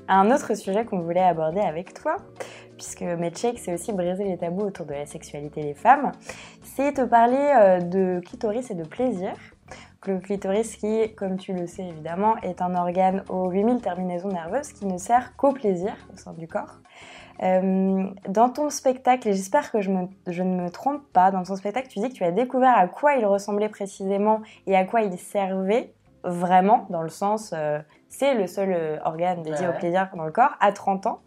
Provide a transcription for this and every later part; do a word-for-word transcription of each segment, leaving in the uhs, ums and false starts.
un autre sujet qu'on voulait aborder avec toi, puisque Medshake, c'est aussi briser les tabous autour de la sexualité des femmes, c'est te parler euh, de clitoris et de plaisir. Le clitoris qui, comme tu le sais évidemment, est un organe aux huit mille terminaisons nerveuses qui ne sert qu'au plaisir au sein du corps. Euh, dans ton spectacle, et j'espère que je, me, je ne me trompe pas, dans ton spectacle, tu dis que tu as découvert à quoi il ressemblait précisément et à quoi il servait vraiment, dans le sens, euh, c'est le seul euh, organe dédié ouais. au plaisir dans le corps, à trente ans.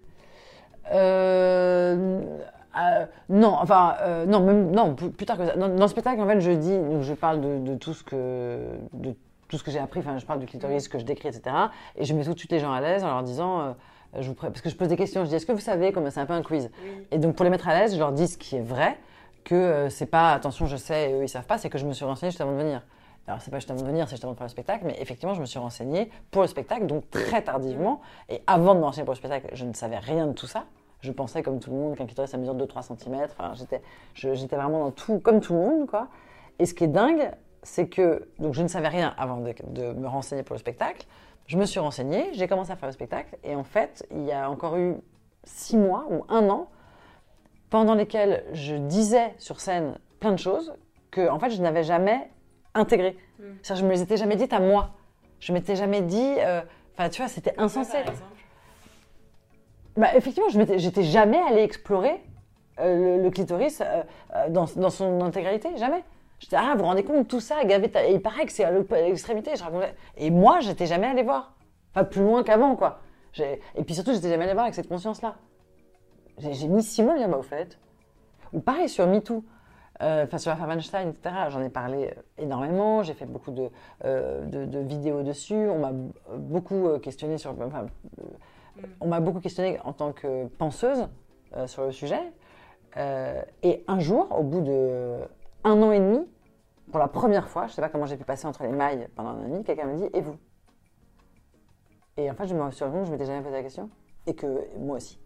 Euh... Euh, non, enfin, euh, non, même, non, plus tard que ça. Dans, dans le spectacle, en fait, je dis, donc je parle de, de tout ce que, de tout ce que j'ai appris. Enfin, je parle du clitoris, que je décris, et cetera. Et je mets tout de suite les gens à l'aise en leur disant, euh, je vous pré... parce que je pose des questions. Je dis, est-ce que vous savez, comme c'est un peu un quiz. Oui. Et donc pour les mettre à l'aise, je leur dis ce qui est vrai, que euh, c'est pas, attention, je sais, et eux ils savent pas, c'est que je me suis renseignée juste avant de venir. Alors c'est pas juste avant de venir, c'est juste avant de faire le spectacle, mais effectivement, je me suis renseignée pour le spectacle, donc très tardivement. Et avant de me renseigner pour le spectacle, je ne savais rien de tout ça. Je pensais, comme tout le monde, qu'un clitoris, ça mesure deux à trois centimètres. Enfin, j'étais, je, j'étais vraiment dans tout, comme tout le monde, quoi. Et ce qui est dingue, c'est que, donc je ne savais rien avant de, de me renseigner pour le spectacle. Je me suis renseignée, j'ai commencé à faire le spectacle. Et en fait, il y a encore eu six mois ou un an, pendant lesquels je disais sur scène plein de choses que, en fait, je n'avais jamais intégrées. Mmh. C'est-à-dire, je me les étais jamais dites à moi. Je m'étais jamais dit, enfin, euh, tu vois, c'était insensé. Par exemple. Bah, effectivement, je m'étais, j'étais jamais allée explorer euh, le, le clitoris euh, dans, dans son intégralité, jamais. J'étais, ah, vous vous rendez compte, tout ça, gavé, et il paraît que c'est à l'extrémité, je racontais. Et moi, j'étais jamais allée voir. Enfin, plus loin qu'avant, quoi. J'ai... Et puis surtout, j'étais jamais allée voir avec cette conscience-là. J'ai, j'ai mis six mois à dire, bah, au fait. Ou pareil sur MeToo, euh, enfin, sur l'affaire Weinstein, et cetera. J'en ai parlé énormément, j'ai fait beaucoup de, euh, de, de vidéos dessus, on m'a beaucoup questionné sur. Enfin, On m'a beaucoup questionnée en tant que penseuse euh, sur le sujet. Euh, et un jour, au bout d'un an et demi, pour la première fois, je ne sais pas comment j'ai pu passer entre les mailles pendant un an et demi, quelqu'un me dit « Et vous ?» Et en fait, je me suis rendu compte que je ne m'étais jamais posé la question. Et que moi aussi.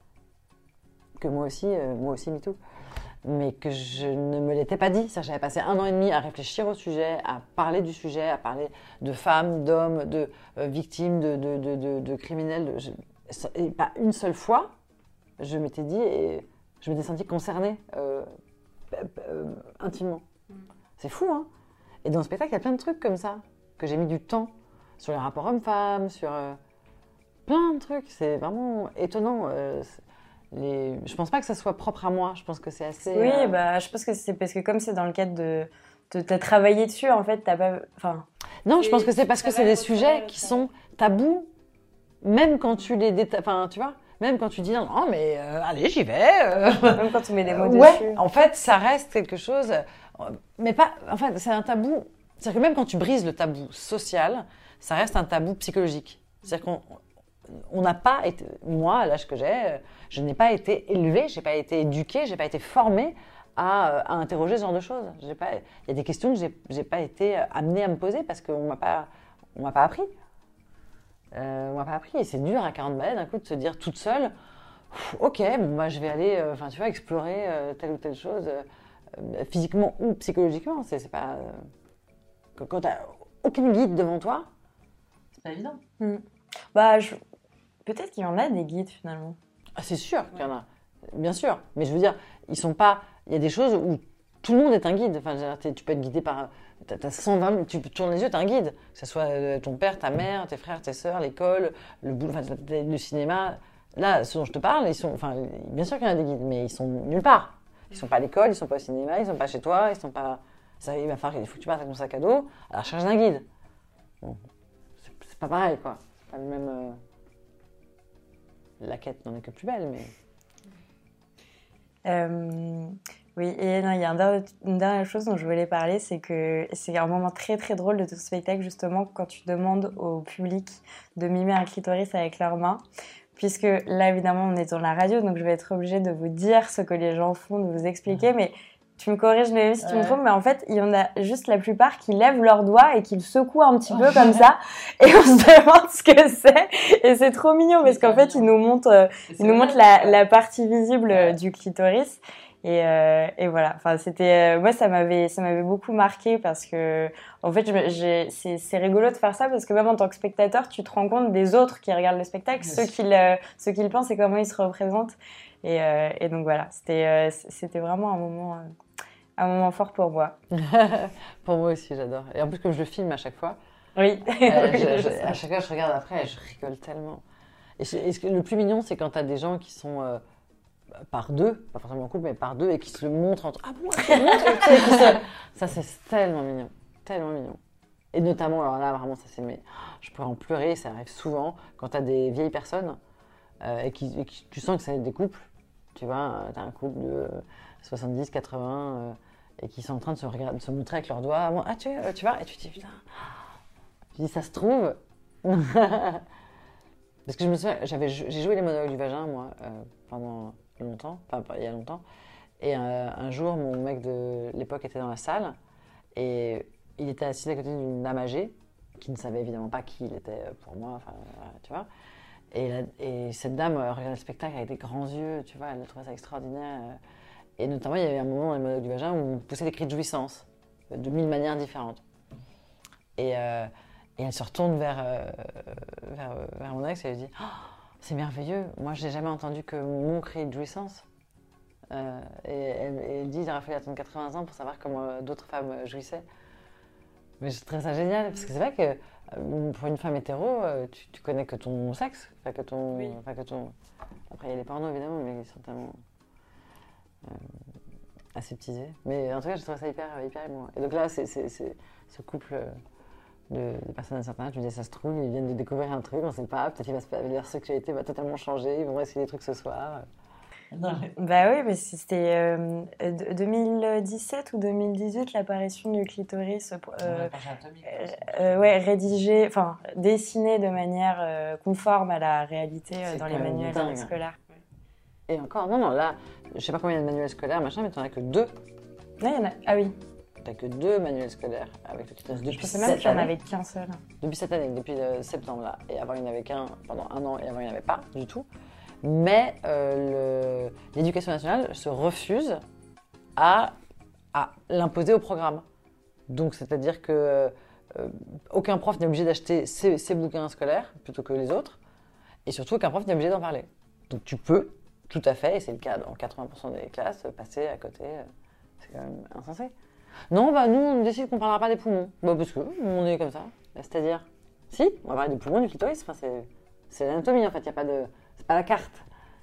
Que moi aussi, euh, moi aussi, MeToo. Mais que je ne me l'étais pas dit. C'est-à-dire que j'avais passé un an et demi à réfléchir au sujet, à parler du sujet, à parler de femmes, d'hommes, de euh, victimes, de, de, de, de, de criminels. De, je, et pas une seule fois, je m'étais dit, et je m'étais sentie concernée euh, euh, intimement. Mm. C'est fou, hein? Et dans le spectacle, il y a plein de trucs comme ça, que j'ai mis du temps, sur les rapports hommes-femmes, sur euh, plein de trucs. C'est vraiment étonnant. Euh, Les... Je pense pas que ça soit propre à moi. Je pense que c'est assez. Oui, euh... bah, je pense que c'est parce que comme c'est dans le cadre de, de t'as travaillé dessus, en fait, t'as pas. Enfin. Non, je pense que c'est parce que c'est des sujets qui sont tabous, même quand tu les déta... Enfin, tu vois, même quand tu dis non, non mais euh, allez, j'y vais. Euh... Même quand tu mets des mots ouais, dessus. En fait, ça reste quelque chose, mais pas. En fait, c'est un tabou. C'est-à-dire que même quand tu brises le tabou social, ça reste un tabou psychologique. C'est-à-dire qu'on on n'a pas été, moi, à l'âge que j'ai, je n'ai pas été élevée, je n'ai pas été éduquée, je n'ai pas été formée à, à interroger ce genre de choses. J'ai pas, il y a des questions que je n'ai pas été amenée à me poser parce qu'on ne m'a pas, on m'a pas appris. Euh, on m'a pas appris et c'est dur à quarante balais d'un coup de se dire toute seule, ok, bon, bah, je vais aller euh, tu vois, explorer euh, telle ou telle chose, euh, physiquement ou psychologiquement. C'est, c'est pas, euh, quand, quand tu n'as aucun guide devant toi, c'est pas évident. Mm. Bah, je... Peut-être qu'il y en a des guides finalement. Ah, c'est sûr qu'il y en a, bien sûr. Mais je veux dire, ils sont pas. Il y a des choses où tout le monde est un guide. Enfin, tu peux être guidé par. T'as cent vingt, tu tournes les yeux, t'as un guide. Que ce soit ton père, ta mère, tes frères, tes sœurs, l'école, le boulot, enfin, le cinéma. Là, ce dont je te parle, ils sont. Enfin, bien sûr qu'il y en a des guides, mais ils sont nulle part. Ils sont pas à l'école, ils sont pas au cinéma, ils sont pas chez toi, ils sont pas. Ça, il va falloir, il faut que tu partes avec ton sac à dos à la recherche d'un guide. Bon, c'est, c'est pas pareil, quoi. C'est pas le même. Euh... La quête n'en est que plus belle, mais... Euh, oui, et non, il y a un dernier, une dernière chose dont je voulais parler, c'est que c'est un moment très très drôle de ton spectacle, justement, quand tu demandes au public de mimer un clitoris avec leurs mains. Puisque là, évidemment, on est dans la radio, donc je vais être obligée de vous dire ce que les gens font, de vous expliquer, mais... Tu me corriges, mais si tu ouais. me trompes, mais en fait, il y en a juste la plupart qui lèvent leurs doigts et qui le secouent un petit peu comme ça, et on se demande ce que c'est, et c'est trop mignon parce qu'en fait, ils nous montrent, euh, ils nous montrent la, la partie visible ouais. du clitoris, Et, euh, et voilà. Enfin, c'était, euh, moi, ça m'avait, ça m'avait beaucoup marqué parce que, en fait, je, j'ai, c'est, c'est rigolo de faire ça parce que même en tant que spectateur, tu te rends compte des autres qui regardent le spectacle, Bien ceux sûr. qu'ils, euh, ceux qu'ils pensent et comment ils se représentent. Et, euh, et donc voilà, c'était, euh, c'était vraiment un moment, euh, un moment fort pour moi. Pour moi aussi, j'adore. Et en plus, comme je le filme à chaque fois, Oui. euh, Oui, je- je je- sais. à chaque fois, je regarde après et je rigole tellement. Et, c'est- et ce que- le plus mignon, c'est quand tu as des gens qui sont euh, par deux, pas forcément en couple, mais par deux, et qui se le montrent entre. Ah bon, ok, montre, tu sais, qui se- Ça, c'est tellement mignon. Tellement mignon. Et notamment, alors là, vraiment, ça c'est. Mais je pourrais en pleurer, ça arrive souvent quand tu as des vieilles personnes euh, et, qui, et qui- tu sens que c'est des couples. Tu vois, tu as un couple de euh, soixante-dix, quatre-vingts euh, et qui sont en train de se, regarder, de se montrer avec leurs doigts. Ah, bon, ah, tu, euh, tu vois, et tu te dis, putain. Je dis, ça se trouve. Parce que je me souviens, j'avais, j'ai joué les monologues du vagin, moi, euh, pendant longtemps, enfin, il y a longtemps. Et euh, un jour, mon mec de l'époque était dans la salle et il était assis à côté d'une dame âgée qui ne savait évidemment pas qui il était pour moi, enfin, voilà, tu vois. Et, la- et cette dame euh, regardait le spectacle avec des grands yeux, tu vois, elle a trouvé ça extraordinaire. euh. Et notamment, il y avait un moment dans les monologues du vagin où on poussait des cris de jouissance, euh, de mille manières différentes. Et, euh, et elle se retourne vers, euh, vers, vers mon ex et elle lui dit oh, c'est merveilleux, moi je n'ai jamais entendu que mon cri de jouissance. Euh, et, elle, et elle dit il aurait fallu attendre quatre-vingts ans pour savoir comment euh, d'autres femmes euh, jouissaient. Mais je trouve ça génial parce que c'est vrai que euh, pour une femme hétéro, euh, tu, tu connais que ton sexe, enfin que ton, Oui. enfin que ton. Après il y a les pornos évidemment, mais ils sont tellement euh, aseptisés. Mais en tout cas, je trouve ça hyper, hyper émouvant. Et donc là, c'est, c'est, c'est ce couple. Euh, De, de personnes d'un certain âge, je me disais, ça se trouve, ils viennent de découvrir un truc, on ne sait pas, peut-être que leur sexualité va totalement changer, ils vont essayer des trucs ce soir. Bah oui, mais c'était euh, de- deux mille dix-sept ou deux mille dix-huit l'apparition du clitoris euh, euh, euh, ouais, rédigé, enfin dessiné de manière euh, conforme à la réalité euh, C'est dans quand les même manuels dingue. scolaires. Et encore, non, non, là, je sais pas combien il y a de manuels scolaires, machin, mais tu n'en as que deux. Ouais, il y en a... Ah oui, Tu n'as que deux manuels scolaires avec le clitoris je depuis pensais même cette qu'il n'y en année. avait qu'un seul. Depuis cette année, depuis euh, septembre là. Et avant, il n'y en avait qu'un pendant un an et avant, il n'y en avait pas du tout. Mais euh, le- l'éducation nationale se refuse à, à l'imposer au programme. Donc, c'est-à-dire que euh, aucun prof n'est obligé d'acheter ses, ses bouquins scolaires plutôt que les autres. Et surtout, aucun prof n'est obligé d'en parler. Donc, tu peux, tout à fait, et c'est le cas dans quatre-vingts pour cent des classes, passer à côté. euh, C'est quand même insensé. Non, bah nous, on décide qu'on ne parlera pas des poumons. Bah parce que on est comme ça. C'est-à-dire, si, on va parler des poumons, du clitoris. Enfin, c'est, c'est l'anatomie en fait. Il y a pas de, c'est pas la carte.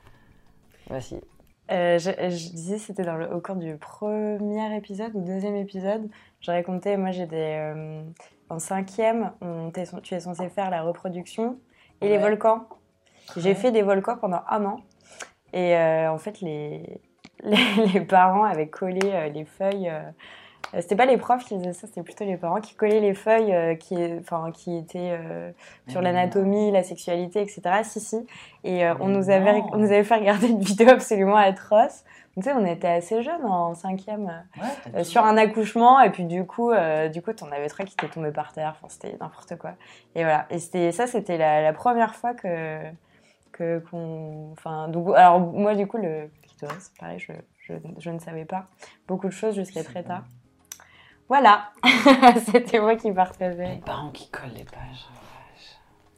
Bah si. Euh, je, je disais, c'était dans le, au cours du premier épisode ou deuxième épisode, je racontais, moi j'ai des... euh, en cinquième, on, t'es- tu es censé faire la reproduction et les Ouais. volcans. J'ai Ouais. fait des volcans pendant un an. Et euh, en fait, les, les, les parents avaient collé euh, les feuilles. Euh, c'était pas les profs qui faisaient ça, c'était plutôt les parents qui collaient les feuilles euh, qui, enfin, qui étaient euh, sur Mais l'anatomie, la sexualité, et cetera. Si, si. Et euh, on, Mais nous avait, non. on nous avait fait regarder une vidéo absolument atroce. Donc, tu sais, on était assez jeunes en cinquième, Ouais, euh, sur un accouchement. Et puis, du coup, euh, du coup, t'en avais trois qui étaient tombés par terre. Enfin, c'était n'importe quoi. Et voilà. Et c'était, ça, c'était la, la première fois que. Que, qu'on, enfin, donc, alors moi du coup le clitoris, pareil, je, je, je ne savais pas beaucoup de choses jusqu'à très tard. Voilà, c'était moi qui partageais. Les parents qui collent les pages. Vache.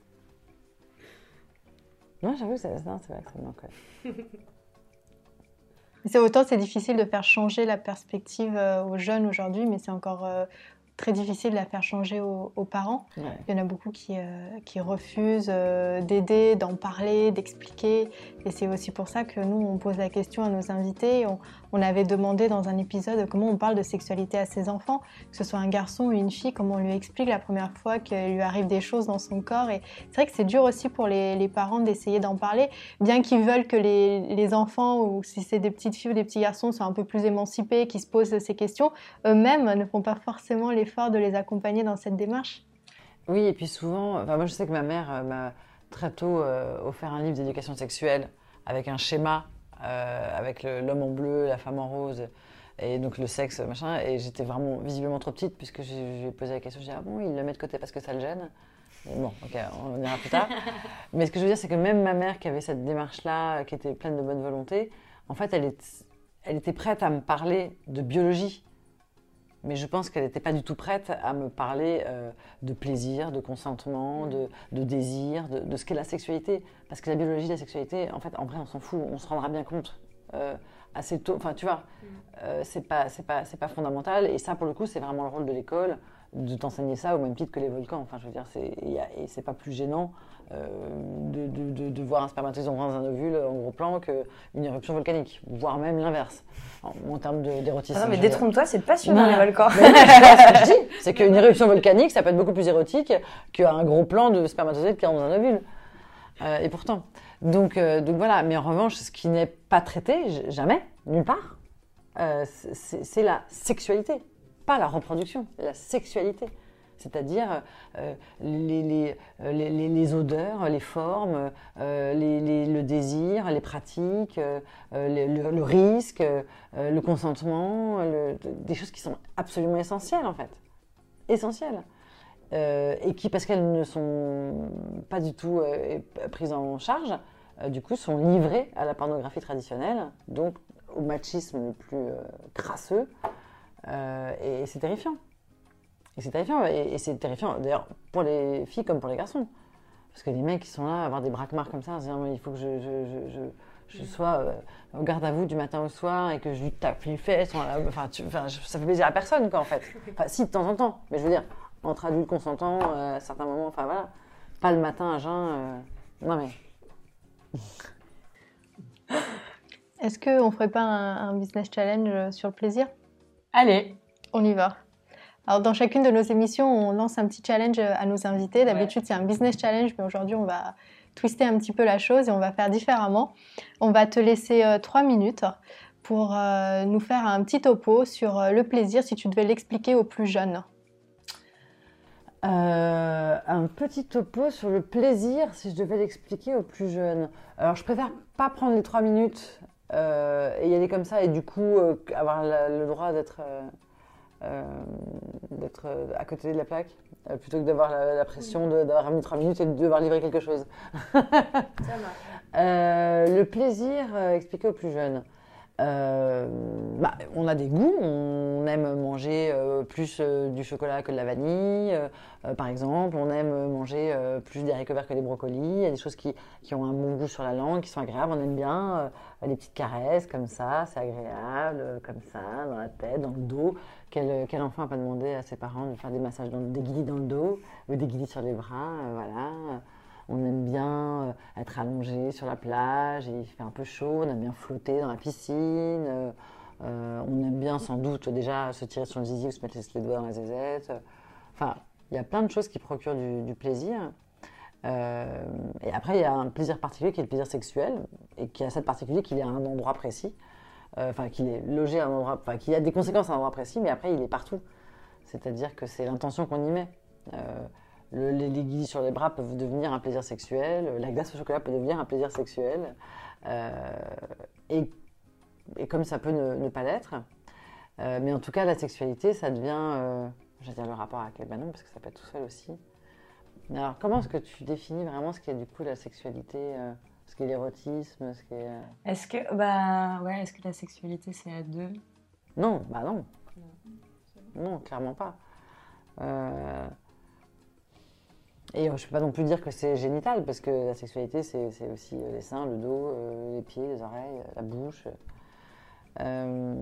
Non, j'avoue, c'est, non, c'est vrai que ça me manque. C'est autant c'est difficile de faire changer la perspective euh, aux jeunes aujourd'hui, mais c'est encore euh, très difficile de la faire changer aux, aux parents. Ouais. Il y en a beaucoup qui, euh, qui refusent euh, d'aider, d'en parler, d'expliquer. Et c'est aussi pour ça que nous, on pose la question à nos invités. On, on avait demandé dans un épisode comment on parle de sexualité à ses enfants, que ce soit un garçon ou une fille, comment on lui explique la première fois qu'il lui arrive des choses dans son corps. Et c'est vrai que c'est dur aussi pour les, les parents d'essayer d'en parler, bien qu'ils veulent que les, les enfants, ou si c'est des petites filles ou des petits garçons, soient un peu plus émancipés, qui se posent ces questions. Eux-mêmes ne font pas forcément l'effort de les accompagner dans cette démarche. Oui, et puis souvent, enfin, moi je sais que ma mère euh, m'a très tôt euh, offert un livre d'éducation sexuelle avec un schéma, euh, avec le- l'homme en bleu, la femme en rose, et donc le sexe, machin. Et j'étais vraiment visiblement trop petite, puisque je, je lui ai posé la question, je dis ah bon, il le met de côté parce que ça le gêne. Et bon, ok, on ira plus tard. Mais ce que je veux dire, c'est que même ma mère qui avait cette démarche-là, qui était pleine de bonne volonté, en fait, elle est, elle était prête à me parler de biologie. Mais je pense qu'elle n'était pas du tout prête à me parler euh, de plaisir, de consentement, de, de désir, de, de ce qu'est la sexualité. Parce que la biologie, la sexualité, en fait, en vrai, on s'en fout, on se rendra bien compte euh, assez tôt. Enfin, tu vois, euh, c'est pas, c'est pas, c'est pas fondamental. Et ça, pour le coup, c'est vraiment le rôle de l'école, de t'enseigner ça au même titre que les volcans. Enfin, je veux dire, c'est, y a, et c'est pas plus gênant euh, de, de, de, de voir un spermatozoïde dans un ovule en gros plan qu'une éruption volcanique, voire même l'inverse. En, en termes de, d'érotisme. Ah non, mais je- détrompe-toi, c'est passionnant les volcans. Mais non, c'est pas ce que je dis, c'est qu'une éruption volcanique, ça peut être beaucoup plus érotique qu'un gros plan de spermatozoïde qui est dans un ovule. Euh, et pourtant. Donc, euh, donc voilà, mais en revanche, ce qui n'est pas traité, j- jamais, nulle part, euh, c'est, c'est la sexualité, pas la reproduction, la sexualité. C'est-à-dire euh, les, les, euh, les, les, les odeurs, les formes, euh, les, les, le désir, les pratiques, euh, le, le, le risque, euh, le consentement, le, des choses qui sont absolument essentielles en fait. Essentielles. Euh, et qui, parce qu'elles ne sont pas du tout euh, prises en charge, euh, du coup sont livrées à la pornographie traditionnelle, donc au machisme le plus euh, crasseux, euh, et, et c'est terrifiant. Et c'est terrifiant, et, et c'est terrifiant d'ailleurs pour les filles comme pour les garçons. Parce que les mecs qui sont là à avoir des braquemars comme ça, en se disant il faut que je, je, je, je, je sois euh, au garde à vous du matin au soir et que je lui tape les fesses. Enfin, tu, enfin, ça fait plaisir à personne quoi en fait. Enfin, si de temps en temps, mais je veux dire, entre adultes consentants, euh, à certains moments, enfin voilà. Pas le matin à jeun. Euh... Non mais. Est-ce qu'on ferait pas un, un business challenge sur le plaisir? Allez. On y va. Alors, dans chacune de nos émissions, on lance un petit challenge à nos invités. D'habitude, ouais. C'est un business challenge, mais aujourd'hui, on va twister un petit peu la chose et on va faire différemment. On va te laisser euh, trois minutes pour euh, nous faire un petit topo sur euh, le plaisir, si tu devais l'expliquer aux plus jeunes. Euh, un petit topo sur le plaisir, si je devais l'expliquer aux plus jeunes. Alors, je préfère pas prendre les trois minutes euh, et y aller comme ça, et du coup, euh, avoir la, le droit d'être... Euh, Euh, d'être à côté de la plaque euh, plutôt que d'avoir la, la pression de, d'avoir mis trois minutes et de devoir livrer quelque chose. Ça marche. Euh, le plaisir euh, expliqué aux plus jeunes. Euh, bah, on a des goûts, on aime manger euh, plus euh, du chocolat que de la vanille, euh, par exemple, on aime manger euh, plus des haricots verts que des brocolis, il y a des choses qui, qui ont un bon goût sur la langue, qui sont agréables, on aime bien euh, les petites caresses comme ça, c'est agréable, euh, comme ça, dans la tête, dans le dos. Quel, quel enfant n'a pas demandé à ses parents de faire des massages, dans, des guilis dans le dos ou des guilis sur les bras, euh, voilà. On aime bien être allongé sur la plage, et il fait un peu chaud, on aime bien flotter dans la piscine, euh, euh, on aime bien sans doute déjà se tirer sur le zizi ou se mettre les doigts dans la zézette. Enfin, il y a plein de choses qui procurent du, du plaisir. Euh, et après, il y a un plaisir particulier qui est le plaisir sexuel, et qui a cette particulier qu'il est à un endroit précis, euh, enfin qu'il est logé à un endroit, enfin qu'il y a des conséquences à un endroit précis, mais après il est partout. C'est-à-dire que c'est l'intention qu'on y met. Euh, Le, les, les guilis sur les bras peuvent devenir un plaisir sexuel, la glace au chocolat peut devenir un plaisir sexuel, euh, et, et comme ça peut ne, ne pas l'être. Euh, mais en tout cas, la sexualité, ça devient, euh, je vais dire le rapport avec les banons, parce que ça peut être tout seul aussi. Alors, comment est-ce que tu définis vraiment ce qu'est du coup la sexualité, euh, ce qu'est l'érotisme, ce qu'est... Euh... Est-ce que, bah, ouais, est-ce que la sexualité, c'est à deux? Non, bah non. Non, clairement pas. Euh... Et je ne peux pas non plus dire que c'est génital, parce que la sexualité, c'est, c'est aussi les seins, le dos, euh, les pieds, les oreilles, la bouche. Euh...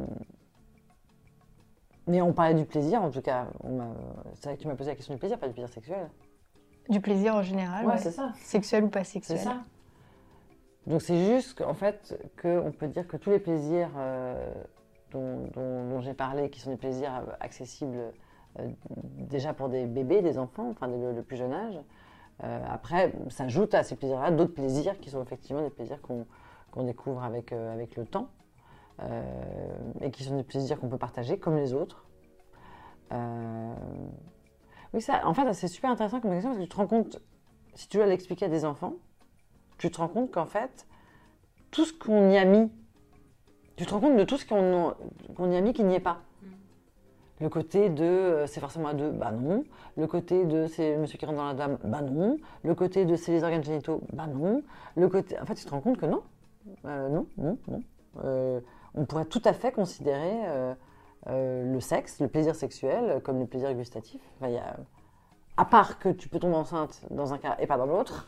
Mais on parlait du plaisir, en tout cas. On m'a... C'est vrai que tu m'as posé la question du plaisir, pas du plaisir sexuel. Du plaisir en général, ouais, ouais. C'est ça. Sexuel ou pas sexuel. C'est ça. Donc c'est juste qu'en fait, qu'on peut dire que tous les plaisirs euh, dont, dont, dont j'ai parlé, qui sont des plaisirs accessibles Euh, déjà pour des bébés, des enfants, enfin le, le plus jeune âge. Euh, après, s'ajoutent à ces plaisirs-là d'autres plaisirs qui sont effectivement des plaisirs qu'on, qu'on découvre avec, euh, avec le temps euh, et qui sont des plaisirs qu'on peut partager comme les autres. Euh... Oui, ça, en fait, c'est super intéressant comme question parce que tu te rends compte, si tu dois l'expliquer à des enfants, tu te rends compte qu'en fait, tout ce qu'on y a mis, tu te rends compte de tout ce qu'on, qu'on y a mis qui n'y est pas. Le côté de euh, c'est forcément à deux, bah non. Le côté de c'est monsieur qui rentre dans la dame, bah non. Le côté de c'est les organes génitaux, bah non. Le côté, en fait, tu te rends compte que non, euh, non, non, non. Euh, on pourrait tout à fait considérer euh, euh, le sexe, le plaisir sexuel, comme le plaisir gustatif. Enfin, y a, à part que tu peux tomber enceinte dans un cas et pas dans l'autre,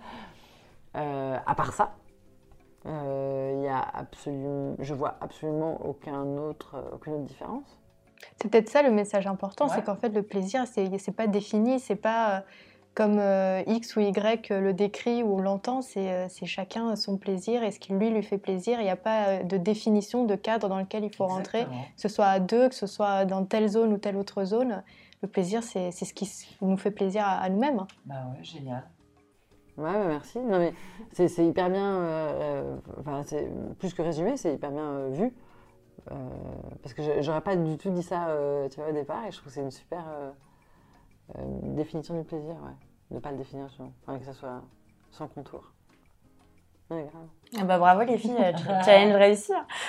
euh, à part ça, euh, y a absolument, je vois absolument aucun autre, aucune autre différence. C'est peut-être ça le message important, Ouais. c'est qu'en fait le plaisir, c'est, c'est pas défini, c'est pas euh, comme euh, X ou Y le décrit ou l'entend, c'est, euh, c'est chacun son plaisir et ce qui lui lui fait plaisir. Il n'y a pas euh, de définition, de cadre dans lequel il faut rentrer, Exactement. que ce soit à deux, que ce soit dans telle zone ou telle autre zone. Le plaisir, c'est, c'est ce qui nous fait plaisir à, à nous-mêmes. Bah ouais, génial. Ouais, bah merci. Non, mais c'est, c'est hyper bien, euh, enfin, c'est plus que résumé, c'est hyper bien euh, vu. Euh, parce que je- j'aurais pas du tout dit ça euh, tu vois, au départ, et je trouve que c'est une super euh, euh, définition du plaisir, ouais. De ne pas le définir, justement. Enfin, que ça soit sans contour. Ouais, grave. Ah bah bravo les filles, euh, challenge réussi.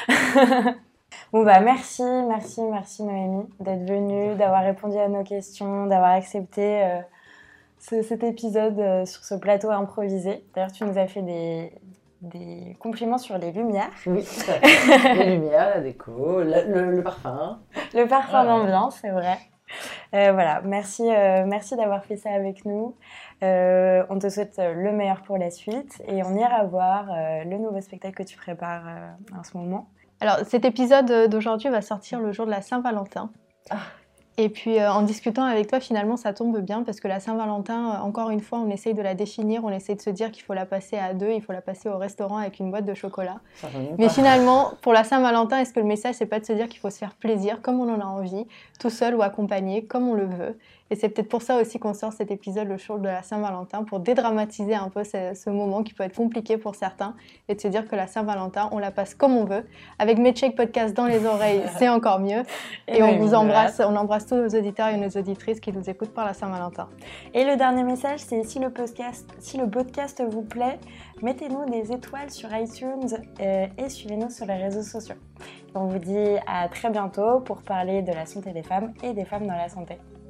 Bon bah merci, merci, merci Noémie d'être venue, d'avoir répondu à nos questions, d'avoir accepté euh, ce- cet épisode euh, sur ce plateau improvisé. D'ailleurs tu nous as fait des, des compliments sur les lumières, Oui, tout à fait. Les lumières, la déco, la- le, le parfum. le parfum Ouais. d'ambiance, c'est vrai. Euh, voilà, merci, euh, merci d'avoir fait ça avec nous. Euh, on te souhaite euh, le meilleur pour la suite et on ira voir euh, le nouveau spectacle que tu prépares euh, en ce moment. Alors cet épisode d'aujourd'hui va sortir le jour de la Saint-Valentin. Ah. Et puis euh, en discutant avec toi, finalement, ça tombe bien parce que la Saint-Valentin, euh, encore une fois, on essaye de la définir, on essaye de se dire qu'il faut la passer à deux, il faut la passer au restaurant avec une boîte de chocolat. Certainement Mais pas. finalement, pour la Saint-Valentin, est-ce que le message, c'est pas de se dire qu'il faut se faire plaisir comme on en a envie, tout seul ou accompagné, comme on le veut. Et c'est peut-être pour ça aussi qu'on sort cet épisode le jour de la Saint-Valentin, pour dédramatiser un peu ce, ce moment qui peut être compliqué pour certains, et de se dire que la Saint-Valentin, on la passe comme on veut. Avec Medshake Podcast dans les oreilles, c'est encore mieux. Et, Et on Noémie, vous voilà. embrasse, on embrasse tous nos auditeurs et nos auditrices qui nous écoutent par la Saint-Valentin. Et le dernier message, c'est si le podcast, si le podcast vous plaît, mettez-nous des étoiles sur iTunes euh, et suivez-nous sur les réseaux sociaux. On vous dit à très bientôt pour parler de la santé des femmes et des femmes dans la santé.